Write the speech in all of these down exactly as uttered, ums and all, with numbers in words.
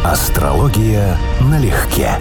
Астрология налегке.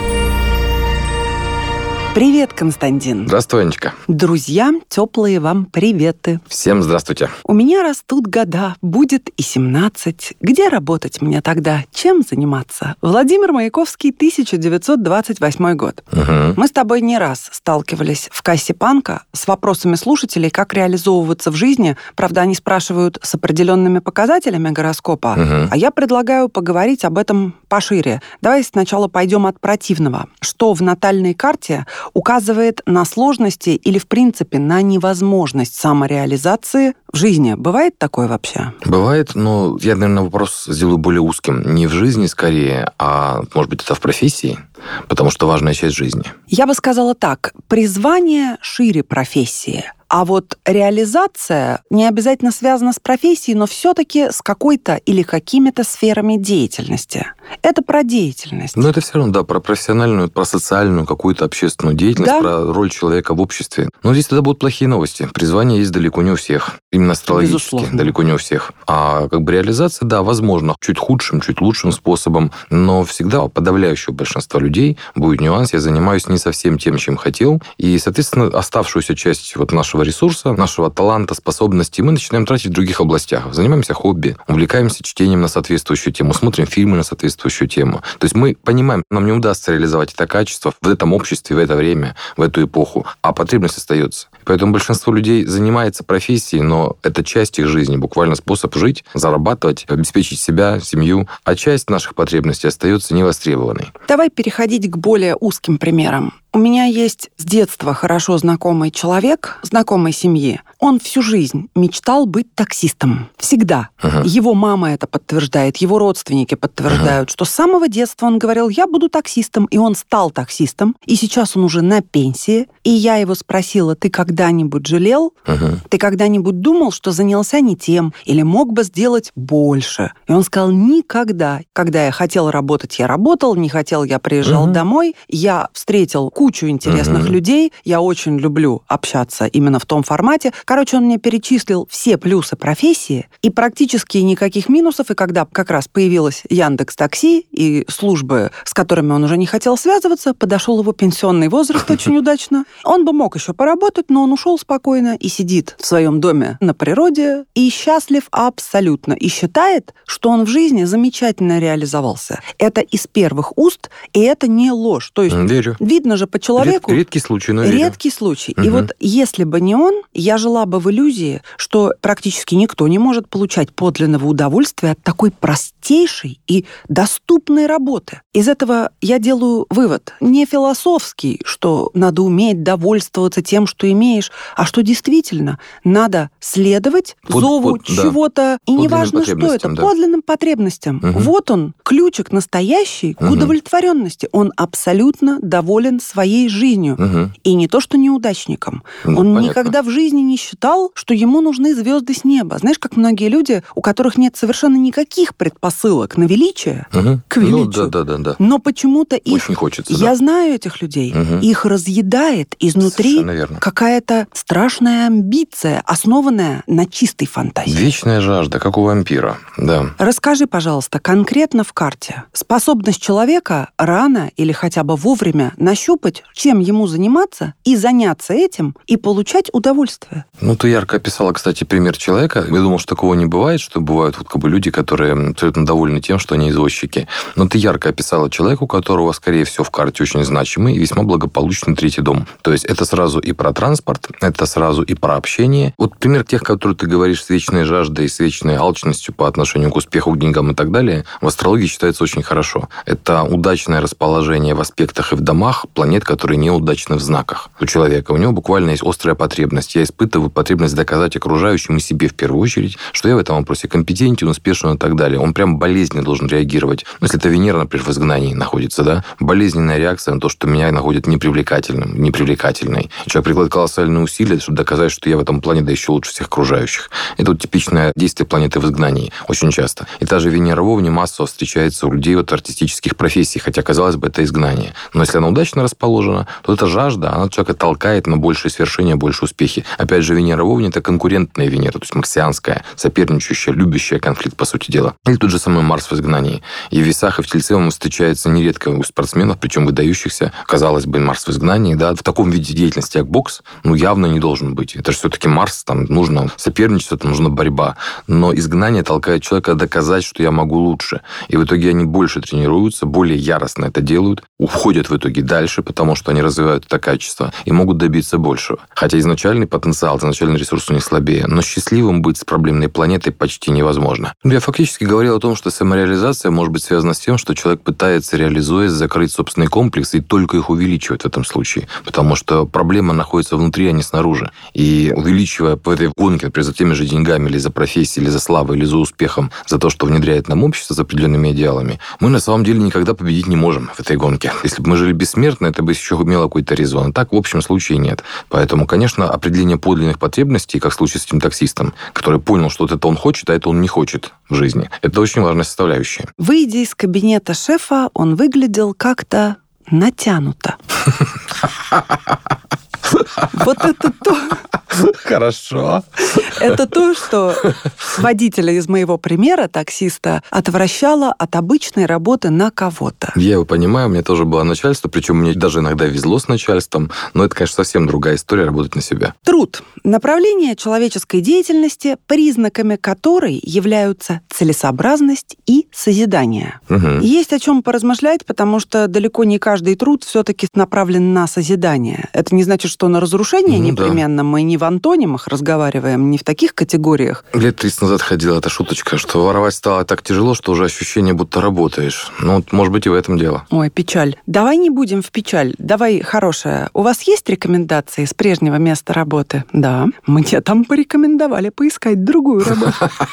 Привет, Константин. Здравствуй, Анечка. Друзья, теплые вам приветы. Всем здравствуйте. У меня растут года, будет и семнадцать. Где работать мне тогда? Чем заниматься? Владимир Маяковский, тысяча девятьсот двадцать восьмой год. Угу. Мы с тобой не раз сталкивались в кассе Панка с вопросами слушателей, как реализовываться в жизни. Правда, они спрашивают с определенными показателями гороскопа, угу. а я предлагаю поговорить об этом пошире. Давай сначала пойдем от противного. Что в натальной карте указывает на сложности или, в принципе, на невозможность самореализации в жизни? Бывает такое вообще? Бывает, но я, наверное, вопрос сделаю более узким. Не в жизни скорее, а, может быть, это в профессии, потому что важная часть жизни. Я бы сказала так. Призвание шире профессии. А вот реализация не обязательно связана с профессией, но все-таки с какой-то или какими-то сферами деятельности. Это про деятельность. Но это все равно, да, про профессиональную, про социальную какую-то общественную деятельность, да? Про роль человека в обществе. Но здесь тогда будут плохие новости. Призвание есть далеко не у всех. Именно астрологически. Безусловно. Далеко не у всех. А как бы реализация, да, возможно, чуть худшим, чуть лучшим способом, но всегда у подавляющего большинства людей будет нюанс. Я занимаюсь не совсем тем, чем хотел, и, соответственно, оставшуюся часть вот нашего ресурса, нашего таланта, способностей мы начинаем тратить в других областях. Занимаемся хобби, увлекаемся чтением на соответствующую тему, смотрим фильмы на соответствующую тему. То есть мы понимаем, нам не удастся реализовать это качество в этом обществе, в это время, в эту эпоху, а потребность остается. Поэтому большинство людей занимается профессией, но это часть их жизни, буквально способ жить, зарабатывать, обеспечить себя, семью, а часть наших потребностей остается невостребованной. Давай переходить к более узким примерам. У меня есть с детства хорошо знакомый человек, знакомой семьи. Он всю жизнь мечтал быть таксистом. Всегда. Uh-huh. Его мама это подтверждает, его родственники подтверждают, uh-huh. что с самого детства он говорил, я буду таксистом, и он стал таксистом, и сейчас он уже на пенсии. И я его спросила, ты когда-нибудь жалел? Uh-huh. Ты когда-нибудь думал, что занялся не тем, или мог бы сделать больше? И он сказал, никогда. Когда я хотел работать, я работал, не хотел, я приезжал uh-huh. домой, я встретил кучу интересных uh-huh. людей, я очень люблю общаться именно в том формате. Короче, он мне перечислил все плюсы профессии и практически никаких минусов. И когда как раз появилась Яндекс.Такси и службы, с которыми он уже не хотел связываться, подошел его пенсионный возраст очень удачно. Он бы мог еще поработать, но он ушел спокойно и сидит в своем доме на природе и счастлив абсолютно. И считает, что он в жизни замечательно реализовался. Это из первых уст, и это не ложь. То есть верю. Видно же по человеку... Ред, редкий случай, но верю. Редкий случай. Угу. И вот если бы не он, я жила бы в иллюзии, что практически никто не может получать подлинного удовольствия от такой простейшей и доступной работы. Из этого я делаю вывод. Не философский, что надо уметь довольствоваться тем, что имеешь, а что действительно надо следовать под, зову под, чего-то, да. и неважно, что это, да. подлинным потребностям. Угу. Вот он, ключик настоящий к угу. удовлетворенности. Он абсолютно доволен своей жизнью. Угу. И не то, что неудачником. Ну, он понятно. никогда в жизни не считал, что ему нужны звезды с неба. Знаешь, как многие люди, у которых нет совершенно никаких предпосылок на величие, угу. к величию. Ну, да, да, да, да. Но почему-то их... Очень хочется, Я да. знаю этих людей. Угу. Их разъедает изнутри какая-то страшная амбиция, основанная на чистой фантазии. Вечная жажда, как у вампира, да. Расскажи, пожалуйста, конкретно в карте способность человека рано или хотя бы вовремя нащупать, чем ему заниматься, и заняться этим, и получать удовольствие. Ну, ты ярко описала, кстати, пример человека. Я думал, что такого не бывает, что бывают вот как бы люди, которые абсолютно довольны тем, что они извозчики. Но ты ярко описала человека, у которого, скорее всего, в карте очень значимый и весьма благополучный третий дом. То есть это сразу и про транспорт, это сразу и про общение. Вот пример тех, которые ты говоришь с вечной жаждой, с вечной алчностью по отношению к успеху, к деньгам и так далее, в астрологии считается очень хорошо. Это удачное расположение в аспектах и в домах планет, которые неудачны в знаках у человека. У него буквально есть острая потребность. Я испытываю потребность доказать окружающим и себе в первую очередь, что я в этом вопросе компетентен, успешен и так далее. Он прям болезненно должен реагировать. Ну, если это Венера, например, в изгнании находится, да, болезненная реакция на то, что меня находят непривлекательным, непривлекательной. Человек прикладывает колоссальные усилия, чтобы доказать, что я в этом плане да еще лучше всех окружающих. Это вот типичное действие планеты в изгнании очень часто. И та же Венера в Овне массово встречается у людей от артистических профессий, хотя, казалось бы, это изгнание. Но если она удачно расположена, положено, то эта жажда, она человека толкает на большее свершение, больше успехи. Опять же, Венера в Овне – это конкурентная Венера, то есть марсианская, соперничающая, любящая конфликт, по сути дела. Или тот же самый Марс в изгнании. И в Весах, и в Тельце он встречается нередко у спортсменов, причем выдающихся. Казалось бы, Марс в изгнании, да, в таком виде деятельности, как бокс, ну, явно не должен быть. Это же все-таки Марс, там нужно соперничество, там нужна борьба. Но изгнание толкает человека доказать, что я могу лучше. И в итоге они больше тренируются, более яростно это делают, уходят в итоге дальше, потому что они развивают это качество и могут добиться большего. Хотя изначальный потенциал, изначальный ресурс у них слабее. Но счастливым быть с проблемной планетой почти невозможно. Я фактически говорил о том, что самореализация может быть связана с тем, что человек пытается, реализуясь, закрыть собственные комплексы и только их увеличивает в этом случае. Потому что проблема находится внутри, а не снаружи. И увеличивая по этой гонке, например, за теми же деньгами, или за профессией, или за славой, или за успехом, за то, что внедряет нам общество с определенными идеалами, мы на самом деле никогда победить не можем в этой гонке. Если бы мы жили бессмертно, это бы еще имело какой-то резон. А так, в общем случае, нет. Поэтому, конечно, определение подлинных потребностей, как в случае с этим таксистом, который понял, что вот это он хочет, а это он не хочет в жизни, это очень важная составляющая. Выйдя из кабинета шефа, он выглядел как-то натянуто. Вот это то... Хорошо. Это то, что водителя из моего примера, таксиста, отвращало от обычной работы на кого-то. Я его понимаю, у меня тоже было начальство, причем мне даже иногда везло с начальством, но это, конечно, совсем другая история работать на себя. Труд. Направление человеческой деятельности, признаками которой являются целесообразность и созидание. Угу. Есть о чем поразмышлять, потому что далеко не каждый труд все-таки направлен на созидание. Это не значит, что на разрушение ну, непременно. Да. Мы не в антонимах разговариваем, не в таких категориях. Лет тридцать назад ходила эта шуточка, что воровать стало так тяжело, что уже ощущение, будто работаешь. Ну, вот, может быть, и в этом дело. Ой, печаль. Давай не будем в печаль. Давай хорошее. У вас есть рекомендации с прежнего места работы? Да. Мне там порекомендовали поискать другую работу.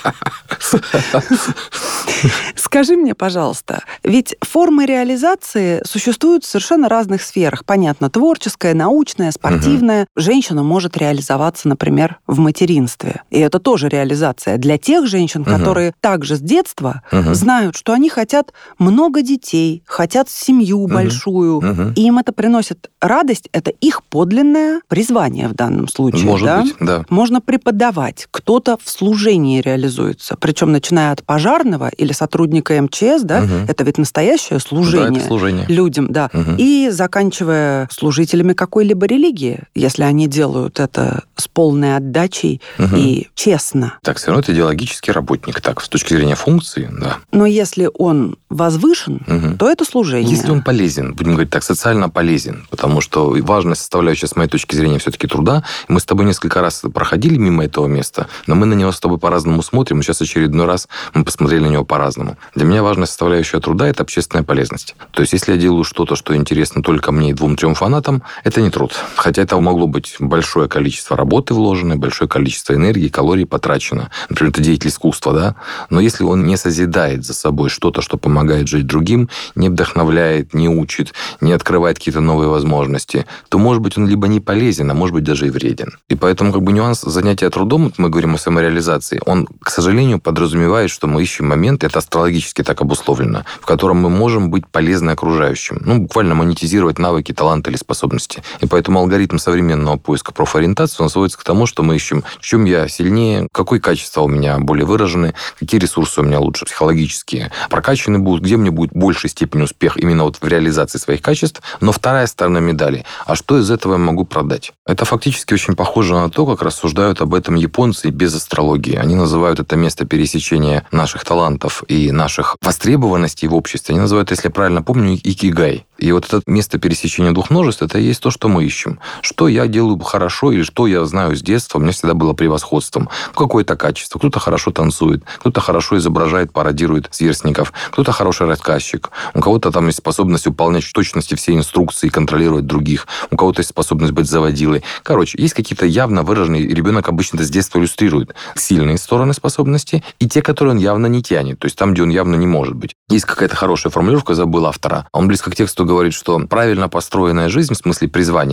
Скажи мне, пожалуйста, ведь формы реализации существуют в совершенно разных сферах. Понятно, творческая, научная, спортивная. Женщина может реализоваться, например, в материнстве. И это тоже реализация для тех женщин, угу. которые также с детства угу. знают, что они хотят много детей, хотят семью угу. большую. Угу. И им это приносит радость. Это их подлинное призвание в данном случае. Может да? быть, да. Можно преподавать. Кто-то в служении реализуется. Причем начиная от пожарного или сотрудника эм че эс, да, угу. это ведь настоящее служение, да, это служение людям. Да. Угу. И заканчивая служителями какой-либо религии, если они делают это с полной отдачей угу. и честно. Так, все равно это идеологический работник, так, с точки зрения функции, да. Но если он возвышен, угу. то это служение. Если он полезен, будем говорить так, социально полезен, потому что важная составляющая, с моей точки зрения, все-таки труда. Мы с тобой несколько раз проходили мимо этого места, но мы на него с тобой по-разному смотрим. Сейчас очередной раз мы посмотрели на него по-разному. Для меня важная составляющая труда – это общественная полезность. То есть, если я делаю что-то, что интересно только мне и двум-трем фанатам, это не труд. Хотя это могло быть большое количество работы вложено, большое количество энергии, калорий потрачено. Например, это деятель искусства, да? Но если он не созидает за собой что-то, что помогает жить другим, не вдохновляет, не учит, не открывает какие-то новые возможности, то, может быть, он либо не полезен, а может быть, даже и вреден. И поэтому как бы нюанс занятия трудом, вот мы говорим о самореализации, он, к сожалению, подразумевает, что мы ищем момент, это астрологически так обусловлено, в котором мы можем быть полезны окружающим. Ну, буквально монетизировать навыки, таланты или способности. И поэтому алгоритм современного поиска профориентации, он сводится к тому, что мы ищем, в чем я сильнее, какие качества у меня более выражены, какие ресурсы у меня лучше, психологические, прокачаны будут, где мне будет большей степени успех именно вот в реализации своих качеств. Но вторая сторона медали. А что из этого я могу продать? Это фактически очень похоже на то, как рассуждают об этом японцы без астрологии. Они называют это место пересечения наших талантов и наших востребованностей в обществе. Они называют, если я правильно помню, икигай. И вот это место пересечения двух множеств, это и есть то, что мы ищем. Что я делаю хорошо или что я знаю с детства, у меня всегда было превосходством. Какое-то качество. Кто-то хорошо танцует, кто-то хорошо изображает, пародирует сверстников, кто-то хороший рассказчик, у кого-то там есть способность выполнять в точности все инструкции и контролировать других, у кого-то есть способность быть заводилой. Короче, есть какие-то явно выраженные, и ребенок обычно это с детства иллюстрирует, сильные стороны способности и те, которые он явно не тянет, то есть там, где он явно не может быть. Есть какая-то хорошая формулировка, забыл автора. Он близко к тексту говорит, что правильно построенная жизнь, в смысле призвания, профессиональное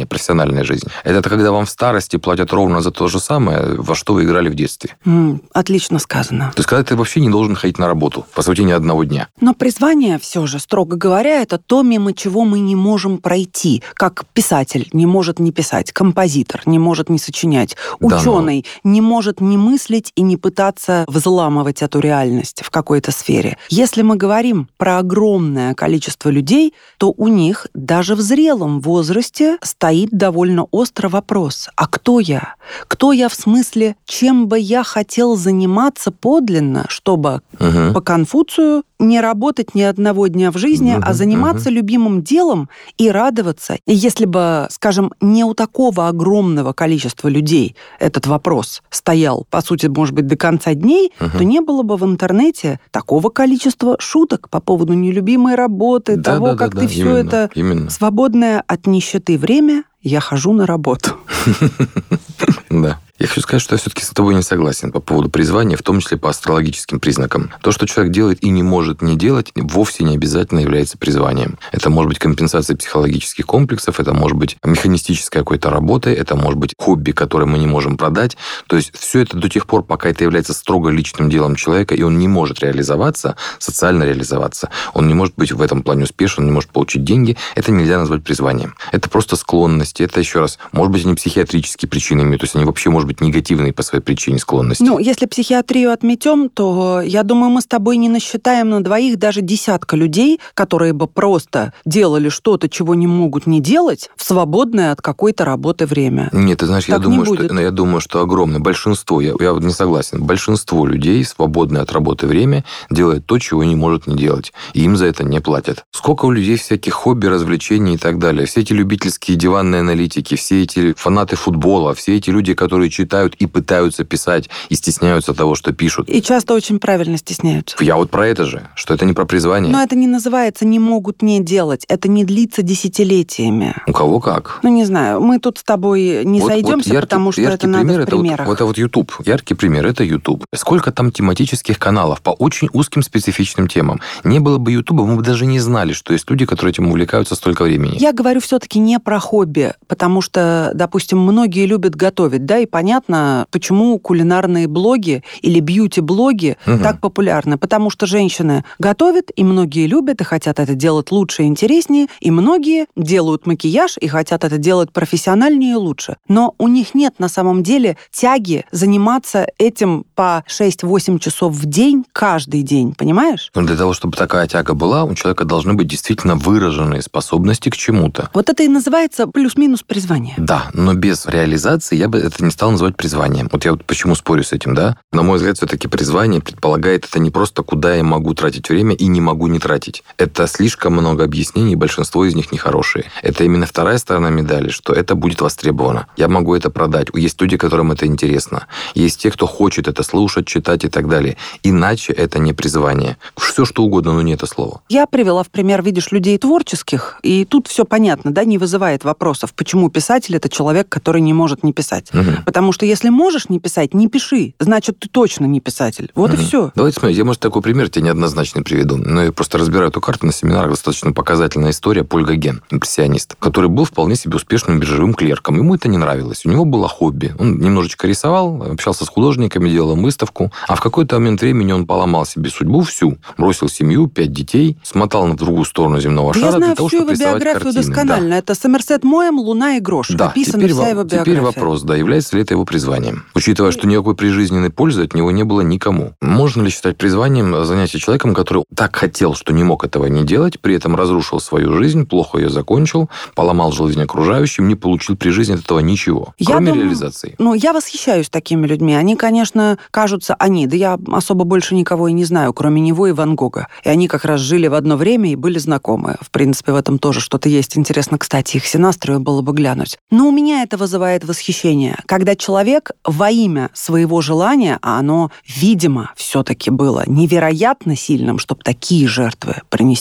социальная жизнь. Это когда вам в старости платят ровно за то же самое, во что вы играли в детстве. Mm, отлично сказано. То есть, когда ты вообще не должен ходить на работу, по сути, ни одного дня. Но призвание все же, строго говоря, это то, мимо чего мы не можем пройти. Как писатель не может не писать, композитор не может не сочинять, ученый да, но... не может не мыслить и не пытаться взламывать эту реальность в какой-то сфере. Если мы говорим про огромное количество людей, то у них даже в зрелом возрасте стоит довольно остро вопрос: а кто я? Кто я в смысле, чем бы я хотел заниматься подлинно, чтобы угу. по Конфуцию не работать ни одного дня в жизни, угу, а заниматься угу. любимым делом и радоваться. И если бы, скажем, не у такого огромного количества людей этот вопрос стоял, по сути, может быть, до конца дней, угу. то не было бы в интернете такого количества шуток по поводу нелюбимой работы, да, того, да, как да, ты да, все именно, это именно. Свободное от нищеты время, я хожу на работу. Да. Я хочу сказать, что я все-таки с тобой не согласен по поводу призвания, в том числе по астрологическим признакам. То, что человек делает и не может не делать, вовсе не обязательно является призванием. Это может быть компенсация психологических комплексов, это может быть механистическая какой-то работа, это может быть хобби, которое мы не можем продать. То есть все это до тех пор, пока это является строго личным делом человека, и он не может реализоваться, социально реализоваться, он не может быть в этом плане успешен, он не может получить деньги, это нельзя назвать призванием. Это просто склонности, это, еще раз, может быть, они психиатрические причины имеют, то есть они вообще, может быть, негативные по своей причине склонности. Ну, если психиатрию отметем, то, я думаю, мы с тобой не насчитаем на двоих даже десятка людей, которые бы просто делали что-то, чего не могут не делать, в свободное от какой-то работы время. Нет, ты знаешь, я думаю, что, я думаю, что огромное большинство, я, я не согласен, большинство людей, свободное от работы время, делает то, чего не может не делать. И им за это не платят. Сколько у людей всяких хобби, развлечений и так далее. Все эти любительские диванные аналитики, все эти фанаты футбола, все эти люди, которые читают и пытаются писать, и стесняются того, что пишут. И часто очень правильно стесняются. Я вот про это же, что это не про призвание. Но это не называется «не могут не делать». Это не длится десятилетиями. У кого как? Ну, не знаю. Мы тут с тобой не вот, сойдемся, вот яркий, потому что это надо пример, в примерах. Это вот, это вот YouTube. Яркий пример – это YouTube. Сколько там тематических каналов по очень узким специфичным темам. Не было бы YouTube, мы бы даже не знали, что есть люди, которые этим увлекаются столько времени. Я говорю все-таки не про хобби, потому что, допустим, многие любят готовить, да, и понятно, почему кулинарные блоги или бьюти-блоги угу. так популярны. Потому что женщины готовят, и многие любят, и хотят это делать лучше и интереснее, и многие делают макияж и хотят это делать профессиональнее и лучше. Но у них нет на самом деле тяги заниматься этим по шесть-восемь часов в день каждый день, понимаешь? Но для того, чтобы такая тяга была, у человека должны быть действительно выраженные способности к чему-то. Вот это и называется плюс-минус призвание. Да, но без реализации я бы это не стал называть призванием. Вот я вот почему спорю с этим, да? На мой взгляд, все-таки призвание предполагает это не просто куда я могу тратить время и не могу не тратить. Это слишком много объяснений, большинство из них нехорошие. Это именно вторая сторона медали, что это будет востребовано. Я могу это продать. Есть люди, которым это интересно. Есть те, кто хочет это слушать, читать и так далее. Иначе это не призвание. Все что угодно, но не это слово. Я привела в пример, видишь, людей творческих, и тут все понятно, да, не вызывает вопросов, почему писатель — это человек, который не может не писать. Угу. Потому что если можешь не писать, не пиши. Значит, ты точно не писатель. Вот угу. и все. Давайте смотреть. Я, может, такой пример тебе неоднозначно приведу. Но я просто разбираю эту карту на семинарах. Достаточно показательная история. Поль Гоген, импрессионист, который был вполне себе успешным биржевым клерком. Ему это не нравилось. У него было хобби. Он немножечко рисовал, общался с художниками, делал им выставку. А в какой-то момент времени он поломал себе судьбу всю. Бросил семью, пять детей, смотал на другую сторону земного да шара для того, чтобы рисовать картины. Я знаю всю его биографию досконально. Да. Это Сомерсет Моэм «Луна и грош». Да. Написана теперь, вся его биография. Теперь вопрос, да, является ли это его призванием. Учитывая, что никакой прижизненной пользы от него не было никому. Можно ли считать призванием занятие человеком, который так хотел, что не мог этого не делать, при этом разрушил свою жизнь, плохо ее закончил, поломал жизнь окружающим, не получил при жизни от этого ничего, я кроме думаю, реализации? Ну, я восхищаюсь такими людьми. Они, конечно, кажутся они. Да я особо больше никого и не знаю, кроме него и Ван Гога. И они как раз жили в одно время и были знакомы. В принципе, в этом тоже что-то есть. Интересно, кстати, их синастрию было бы глянуть. Но у меня это вызывает восхищение. Когда человек во имя своего желания, а оно, видимо, все-таки было невероятно сильным, чтобы такие жертвы принести,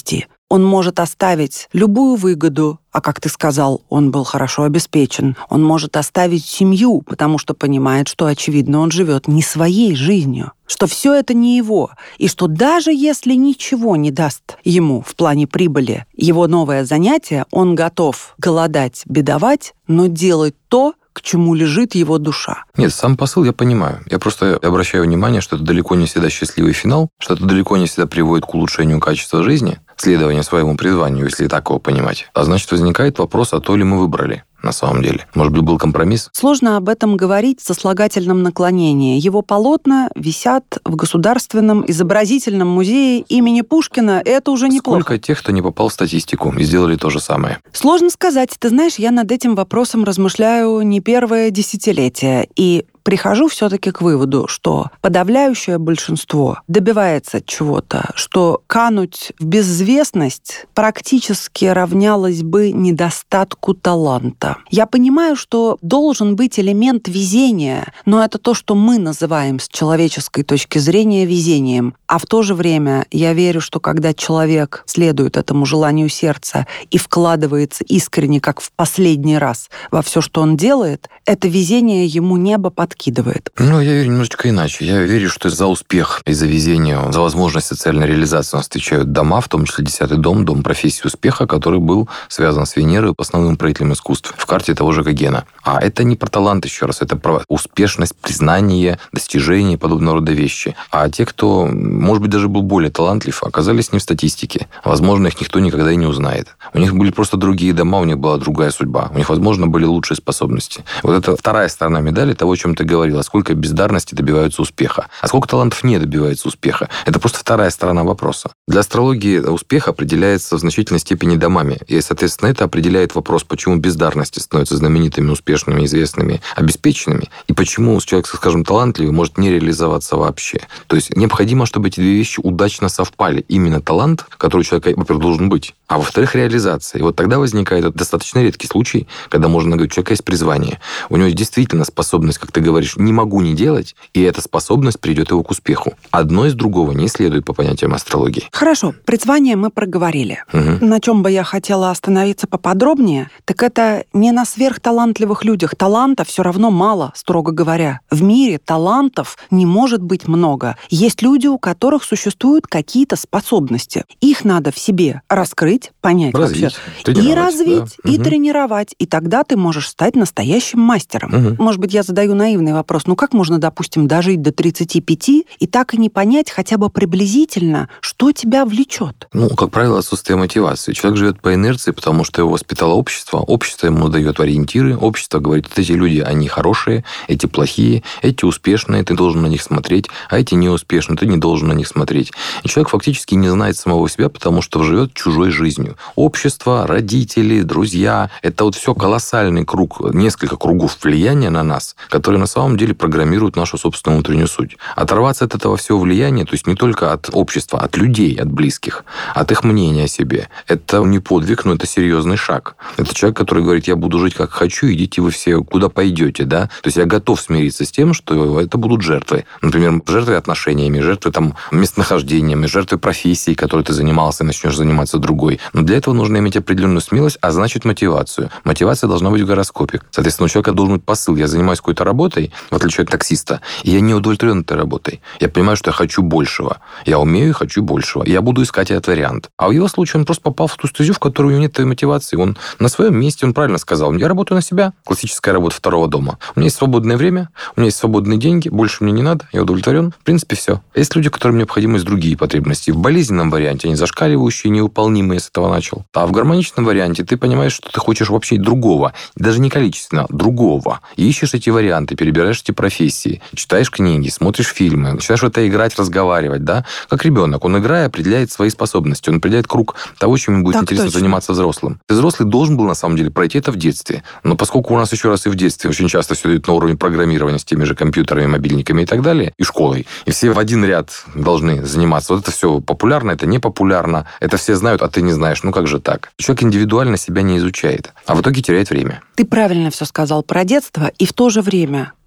Он может оставить любую выгоду, а, как ты сказал, он был хорошо обеспечен. Он может оставить семью, потому что понимает, что, очевидно, он живет не своей жизнью, что все это не его, и что даже если ничего не даст ему в плане прибыли его новое занятие, он готов голодать, бедовать, но делать то, к чему лежит его душа. Нет, сам посыл я понимаю. Я просто обращаю внимание, что это далеко не всегда счастливый финал, что это далеко не всегда приводит к улучшению качества жизни, следования своему призванию, если так его понимать. А значит, возникает вопрос, а то ли мы выбрали на самом деле. Может быть, был компромисс? Сложно об этом говорить в сослагательном наклонении. Его полотна висят в Государственном изобразительном музее имени Пушкина. Это уже неплохо. Сколько тех, кто не попал в статистику и сделали то же самое? Сложно сказать. Ты знаешь, я над этим вопросом размышляю не первое десятилетие. И прихожу все-таки к выводу, что подавляющее большинство добивается чего-то, что кануть в безвестность практически равнялось бы недостатку таланта. Я понимаю, что должен быть элемент везения, но это то, что мы называем с человеческой точки зрения везением. А в то же время я верю, что когда человек следует этому желанию сердца и вкладывается искренне, как в последний раз, во все, что он делает, это везение ему небо подкидывает. Ну, я верю немножечко иначе. Я верю, что за успех и за везение, за возможность социальной реализации у нас отвечают дома, в том числе десятый дом, дом профессии успеха, который был связан с Венерой, основным правителем искусств в карте того же Гогена. А это не про талант, еще раз, это про успешность, признание, достижение и подобного рода вещи. А те, кто, может быть, даже был более талантлив, оказались не в статистике. Возможно, их никто никогда и не узнает. У них были просто другие дома, у них была другая судьба. У них, возможно, были лучшие способности. Вот это вторая сторона медали того, о чем ты говорила. Сколько бездарности добиваются успеха, а сколько талантов не добивается успеха. Это просто вторая сторона вопроса. Для астрологии успех определяется в значительной степени домами. И, соответственно, это определяет вопрос, почему бездарности становятся знаменитыми, успешными, известными, обеспеченными, и почему человек, скажем, талантливый, может не реализоваться вообще. То есть необходимо, чтобы эти две вещи удачно совпали. Именно талант, который у человека, во-первых, должен быть, а во-вторых, реализация. И вот тогда возникает достаточно редкий случай, когда можно говорить, у человека есть призвание. У него действительно способность, как ты говоришь, не могу не делать, и эта способность придет его к успеху. Одно из другого не следует по понятиям астрологии. Хорошо, призвание мы проговорили. Угу. На чем бы я хотела остановиться поподробнее, так это не на сверхталантливых людях. Таланта все равно мало, строго говоря. В мире талантов не может быть много. Есть люди, у которых существуют какие-то способности. Их надо в себе раскрыть, понять развить, вообще. И развить, да. и угу. тренировать. И тогда ты можешь стать настоящим мастером. Угу. Может быть, я задаю наивный вопрос. Ну как можно, допустим, дожить до тридцати пяти и так и не понять хотя бы приблизительно, что тебя влечет? Ну, как правило, отсутствие мотивации. Человек живет по инерции, потому что его воспитало общество. Общество ему дает ориентиры. Общество говорит, вот эти люди, они хорошие, эти плохие, эти успешные, ты должен на них смотреть, а эти неуспешные, ты не должен на них смотреть. И человек фактически не знает самого себя, потому что живет чужой жизнью. Общество, родители, друзья – это вот все колоссальный круг, несколько кругов влияния на нас, которые на самом деле программируют нашу собственную внутреннюю суть. Оторваться от этого всего влияния, то есть не только от общества, от людей, от близких, от их мнения о себе, это не подвиг, но это серьезный шаг. Это человек, который говорит, я буду жить как хочу, идите вы все куда пойдете, да? То есть я готов смириться с тем, что это будут жертвы. Например, жертвы отношениями, жертвы там местонахождениями, жертвы профессией, которой ты занимался, и начнешь заниматься другой. Но для этого нужно иметь определенную смелость, а значит мотивацию. Мотивация должна быть в гороскопе. Соответственно, у человека должен быть посыл. Я занимаюсь какой-то работой, в отличие от таксиста, и я не удовлетворен этой работой. Я понимаю, что я хочу большего. Я умею и хочу большего. И я буду искать этот вариант. А в его случае он просто попал в ту стезю, в которой у него нет той мотивации. Он на своем месте, он правильно сказал, я работаю на себя. Классическая работа второго дома. У меня есть свободное время, у меня есть свободные деньги, больше мне не надо, я удовлетворен. В принципе, все. Есть люди, которым необходимы есть другие потребности. В болезненном варианте они зашкаливающие, невыполнимые, с этого начал. А в гармоничном варианте ты понимаешь, что ты хочешь вообще другого. Даже не количественно, другого. И ищешь эти варианты, перебираешь эти профессии, читаешь книги, смотришь фильмы, начинаешь в это играть, разговаривать, да? Как ребенок. Он, играя, определяет свои способности. Он определяет круг того, чем ему будет так интересно точно. заниматься взрослым. Ты взрослый должен был, на самом деле, пройти это в детстве. Но поскольку у нас еще раз и в детстве очень часто все идет на уровне программирования с теми же компьютерами, мобильниками и так далее, и школой, и все в один ряд должны заниматься. Вот это все популярно, это не популярно, это все знают, а ты не знаешь. Ну как же так? Человек индивидуально себя не изучает, а в итоге теряет время. Ты правильно все сказал про детство, и в то же время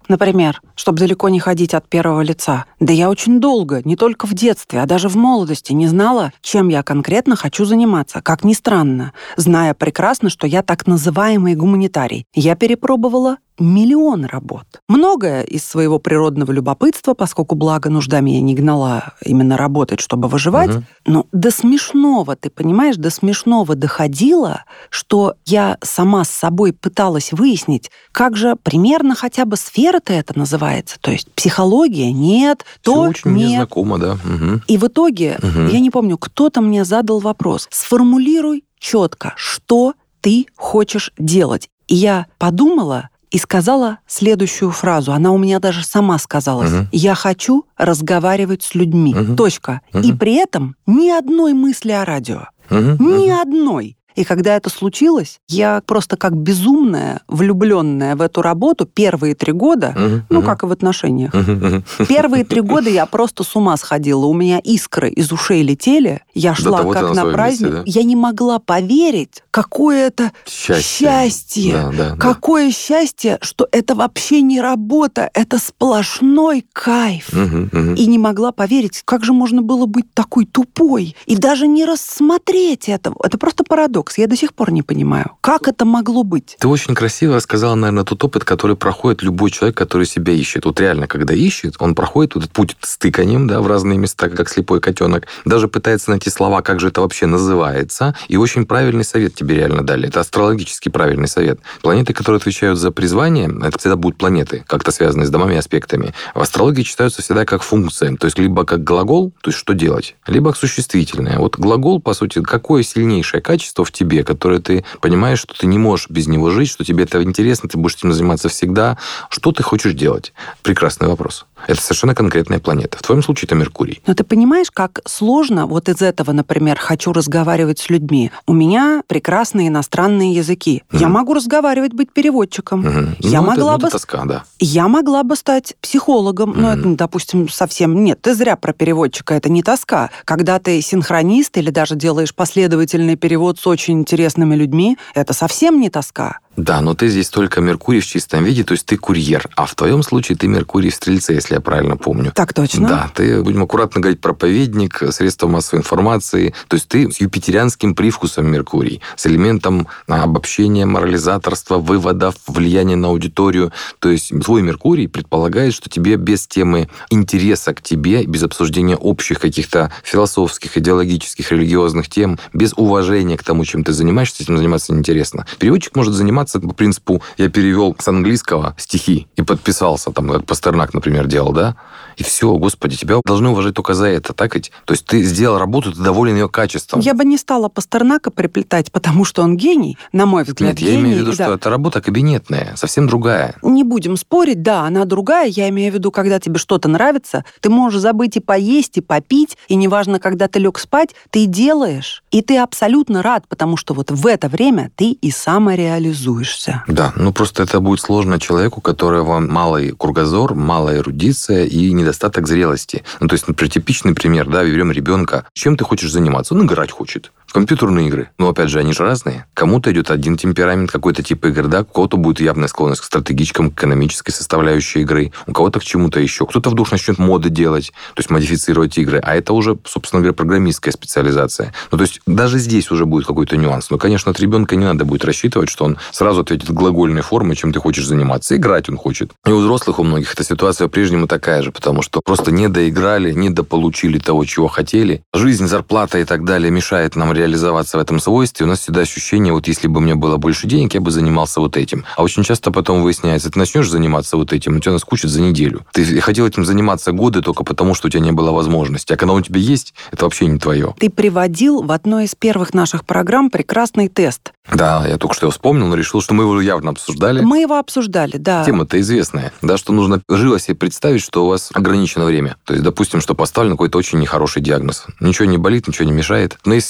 Например, чтобы далеко не ходить от первого лица. Да я очень долго, не только в детстве, а даже в молодости, не знала, чем я конкретно хочу заниматься. Как ни странно, зная прекрасно, что я так называемый гуманитарий. Я перепробовала миллион работ. Многое из своего природного любопытства, поскольку благо нужда меня не гнала именно работать, чтобы выживать, угу. но до смешного, ты понимаешь, до смешного доходило, что я сама с собой пыталась выяснить, как же примерно хотя бы сфера-то это называется. То есть психология нет, то Все очень нет. мне знакомо, да. Угу. И в итоге, угу. я не помню, кто-то мне задал вопрос. Сформулируй четко, что ты хочешь делать. И я подумала и сказала следующую фразу. Она у меня даже сама сказалась. Угу. Я хочу разговаривать с людьми. Угу. Точка. Угу. И при этом ни одной мысли о радио. Угу. Ни угу. одной. И когда это случилось, я просто как безумная, влюбленная в эту работу первые три года, uh-huh, ну, uh-huh. как и в отношениях. Uh-huh, uh-huh. Первые три года я просто с ума сходила. У меня искры из ушей летели. Я шла как на, на праздник. Месте, да? Я не могла поверить, какое это счастье. счастье. Да, да, какое да. счастье, что это вообще не работа, это сплошной кайф. Uh-huh, uh-huh. И не могла поверить, как же можно было быть такой тупой и даже не рассмотреть этого. Это просто парадокс. Я до сих пор не понимаю, как это могло быть. Ты очень красиво рассказала, наверное, тот опыт, который проходит любой человек, который себя ищет. Вот реально, когда ищет, он проходит вот этот путь с тыканием, да, в разные места, как слепой котенок, даже пытается найти слова, как же это вообще называется. И очень правильный совет тебе реально дали. Это астрологически правильный совет. Планеты, которые отвечают за призвание, это всегда будут планеты, как-то связанные с домами и аспектами. В астрологии читаются всегда как функция. То есть либо как глагол, то есть что делать, либо как существительное. Вот глагол, по сути, какое сильнейшее качество в тебе, которое ты понимаешь, что ты не можешь без него жить, что тебе это интересно, ты будешь этим заниматься всегда. Что ты хочешь делать? Прекрасный вопрос. Это совершенно конкретная планета. В твоем случае это Меркурий. Но ты понимаешь, как сложно вот из этого, например, хочу разговаривать с людьми. У меня прекрасные иностранные языки. Mm-hmm. Я могу разговаривать, быть переводчиком. Mm-hmm. Я ну, могла это, ну, бы... это тоска, да. Я могла бы стать психологом. Mm-hmm. Ну, это, допустим, совсем... Нет, ты зря про переводчика. Это не тоска. Когда ты синхронист или даже делаешь последовательный перевод с очень интересными людьми, это совсем не тоска. Да, но ты здесь только Меркурий в чистом виде, то есть ты курьер. А в твоем случае ты Меркурий в Стрельце, если я правильно помню. Так точно. Да, ты, будем аккуратно говорить, проповедник, средства массовой информации. То есть ты с юпитерианским привкусом Меркурий, с элементом обобщения, морализаторства, выводов, влияния на аудиторию. То есть твой Меркурий предполагает, что тебе без темы интереса к тебе, без обсуждения общих каких-то философских, идеологических, религиозных тем, без уважения к тому, чем ты занимаешься, этим заниматься неинтересно. Переводчик может заниматься по принципу, я перевел с английского стихи и подписался, там, как Пастернак, например, делал, да? И все, господи, тебя должны уважать только за это, так ведь? То есть ты сделал работу, ты доволен ее качеством. Я бы не стала Пастернака приплетать, потому что он гений, на мой взгляд. Нет, я гений, имею в виду, да. что это работа кабинетная, совсем другая. Не будем спорить, да, она другая. Я имею в виду, когда тебе что-то нравится, ты можешь забыть и поесть, и попить, и неважно, когда ты лег спать, ты делаешь, и ты абсолютно рад, потому что вот в это время ты и самореализуешься. Да, ну просто это будет сложно человеку, у которого малый кругозор, малая эрудиция и недостаток зрелости. Ну, то есть, например, типичный пример, да, берем ребенка. Чем ты хочешь заниматься? Он играть хочет. В компьютерные игры. Но, опять же, они же разные. Кому-то идет один темперамент, какой-то тип игр, да, у кого-то будет явная склонность к стратегическому, к экономической составляющей игры, у кого-то к чему-то еще. Кто-то вдруг начнет моды делать, то есть модифицировать игры, а это уже, собственно говоря, программистская специализация. Ну, то есть даже здесь уже будет какой-то нюанс. Но, конечно, от ребенка не надо будет рассчитывать, что он сразу ответит глагольной формой, чем ты хочешь заниматься. Играть он хочет. И у взрослых, у многих эта ситуация по-прежнему такая же, потому что просто не доиграли, не дополучили того, чего хотели. Жизнь, зарплата и так далее мешает нам реализоваться в этом свойстве. У нас всегда ощущение, вот если бы у меня было больше денег, я бы занимался вот этим. А очень часто потом выясняется, ты начнешь заниматься вот этим, у тебя наскучит за неделю. Ты хотел этим заниматься годы только потому, что у тебя не было возможности. А когда у тебя есть, это вообще не твое. Ты приводил в одной из первых наших программ прекрасный тест. Да, я только что его вспомнил, но решил, что мы его явно обсуждали. Мы его обсуждали, да. Тема-то известная. Да, что нужно живо себе представить, что у вас ограничено время. То есть, допустим, что поставлен какой-то очень нехороший диагноз. Ничего не болит, ничего не мешает. Но есть всего полгода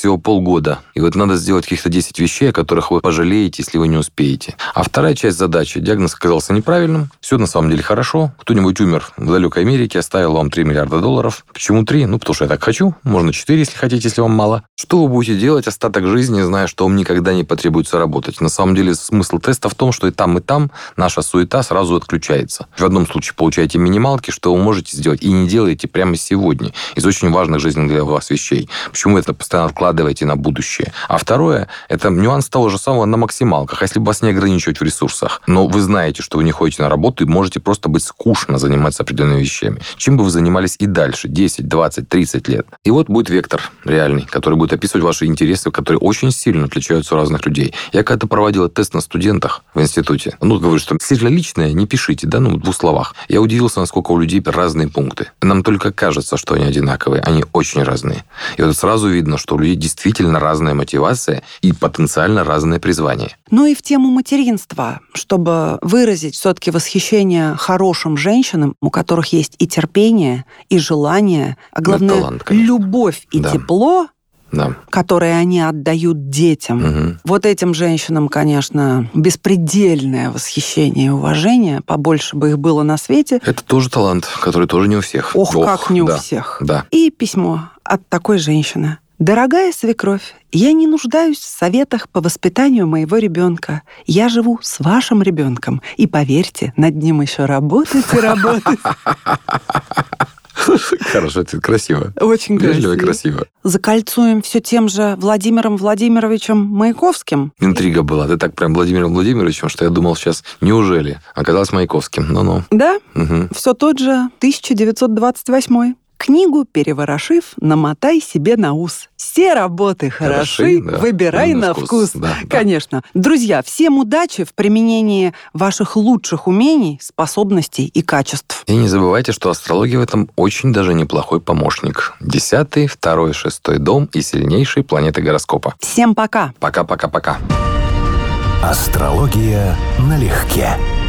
полгода. И вот надо сделать каких-то десять вещей, о которых вы пожалеете, если вы не успеете. А вторая часть задачи. Диагноз оказался неправильным. Все на самом деле хорошо. Кто-нибудь умер в далекой Америке, оставил вам три миллиарда долларов. Почему три? Ну, потому что я так хочу. Можно четыре, если хотите, если вам мало. Что вы будете делать остаток жизни, зная, что вам никогда не потребуется работать? На самом деле смысл теста в том, что и там, и там наша суета сразу отключается. В одном случае получаете минималки, что вы можете сделать, и не делаете прямо сегодня. Из очень важных жизненных для вас вещей. Почему это постоянно откладываете на будущее? А второе, это нюанс того же самого на максималках. Если бы вас не ограничивать в ресурсах, но вы знаете, что вы не ходите на работу и можете просто быть скучно заниматься определенными вещами. Чем бы вы занимались и дальше, десять, двадцать, тридцать лет. И вот будет вектор реальный, который будет описывать ваши интересы, которые очень сильно отличаются у разных людей. Я когда-то проводила тест на студентах в институте. Ну, говорю, что сильно личное не пишите, да, ну, в двух словах. Я удивился, насколько у людей разные пункты. Нам только кажется, что они одинаковые. Они очень разные. И вот сразу видно, что у людей действительно разная мотивация и потенциально разное призвание. Ну и в тему материнства, чтобы выразить все-таки восхищение хорошим женщинам, у которых есть и терпение, и желание, а главное, талант, любовь и да. тепло, да. которые они отдают детям. Угу. Вот этим женщинам, конечно, беспредельное восхищение и уважение. Побольше бы их было на свете. Это тоже талант, который тоже не у всех. Ох, Ох как не да. у всех. Да. И письмо от такой женщины. «Дорогая свекровь, я не нуждаюсь в советах по воспитанию моего ребенка. Я живу с вашим ребенком. И поверьте, над ним еще работать и работать». Хорошо, это красиво. Очень красиво. Вежливо и красиво. Закольцуем все тем же Владимиром Владимировичем Маяковским. Интрига была. Ты так прям Владимиром Владимировичем, что я думал сейчас, неужели? Оказалось Маяковским. Ну-ну. Да? Угу. Все тот же тысяча девятьсот двадцать восьмой. Книгу переворошив, намотай себе на ус. Все работы хороши, хороши да. выбирай на, на вкус. вкус. Да, Конечно. Да. Друзья, всем удачи в применении ваших лучших умений, способностей и качеств. И не забывайте, что астрология в этом очень даже неплохой помощник. Десятый, второй, шестой дом и сильнейшие планеты гороскопа. Всем пока. Пока-пока-пока. Астрология налегке.